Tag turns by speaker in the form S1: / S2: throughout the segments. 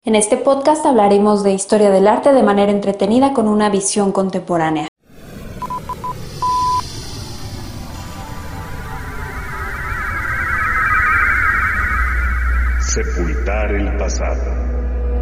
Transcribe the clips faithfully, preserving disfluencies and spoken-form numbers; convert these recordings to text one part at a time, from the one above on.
S1: En este podcast hablaremos de historia del arte de manera entretenida con una visión contemporánea.
S2: Sepultar el pasado.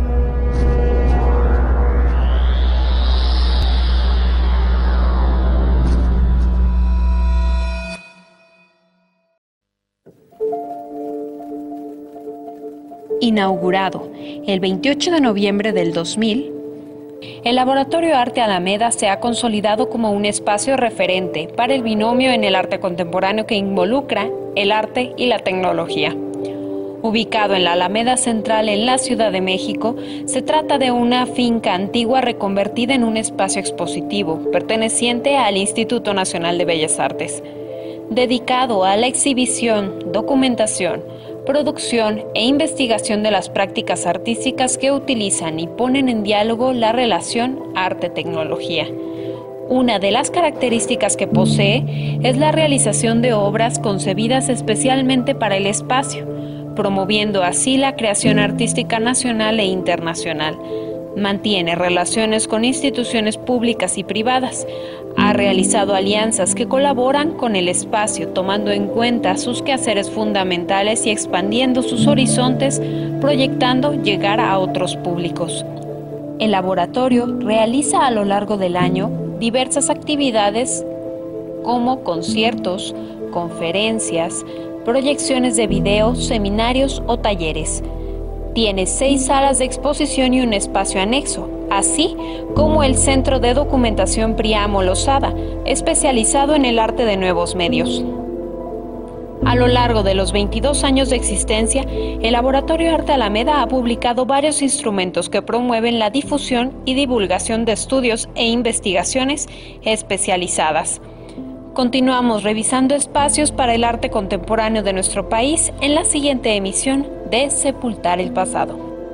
S3: Inaugurado el veintiocho de noviembre del dos mil, el Laboratorio Arte Alameda se ha consolidado como un espacio referente para el binomio en el arte contemporáneo que involucra el arte y la tecnología. Ubicado en la Alameda Central en la Ciudad de México, se trata de una finca antigua reconvertida en un espacio expositivo perteneciente al Instituto Nacional de Bellas Artes, dedicado a la exhibición, documentación, producción e investigación de las prácticas artísticas que utilizan y ponen en diálogo la relación arte-tecnología. Una de las características que posee es la realización de obras concebidas especialmente para el espacio, promoviendo así la creación artística nacional e internacional. Mantiene relaciones con instituciones públicas y privadas. Ha realizado alianzas que colaboran con el espacio, tomando en cuenta sus quehaceres fundamentales y expandiendo sus horizontes, proyectando llegar a otros públicos. El laboratorio realiza a lo largo del año diversas actividades como conciertos, conferencias, proyecciones de video, seminarios o talleres. Tiene seis salas de exposición y un espacio anexo, así como el Centro de Documentación Priamo Lozada, especializado en el arte de nuevos medios. A lo largo de los veintidós años de existencia, el Laboratorio Arte Alameda ha publicado varios instrumentos que promueven la difusión y divulgación de estudios e investigaciones especializadas. Continuamos revisando espacios para el arte contemporáneo de nuestro país en la siguiente emisión de Sepultar el Pasado.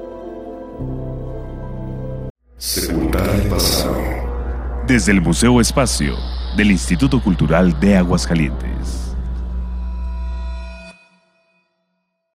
S2: Sepultar el pasado.
S4: Desde el Museo Espacio del Instituto Cultural de Aguascalientes.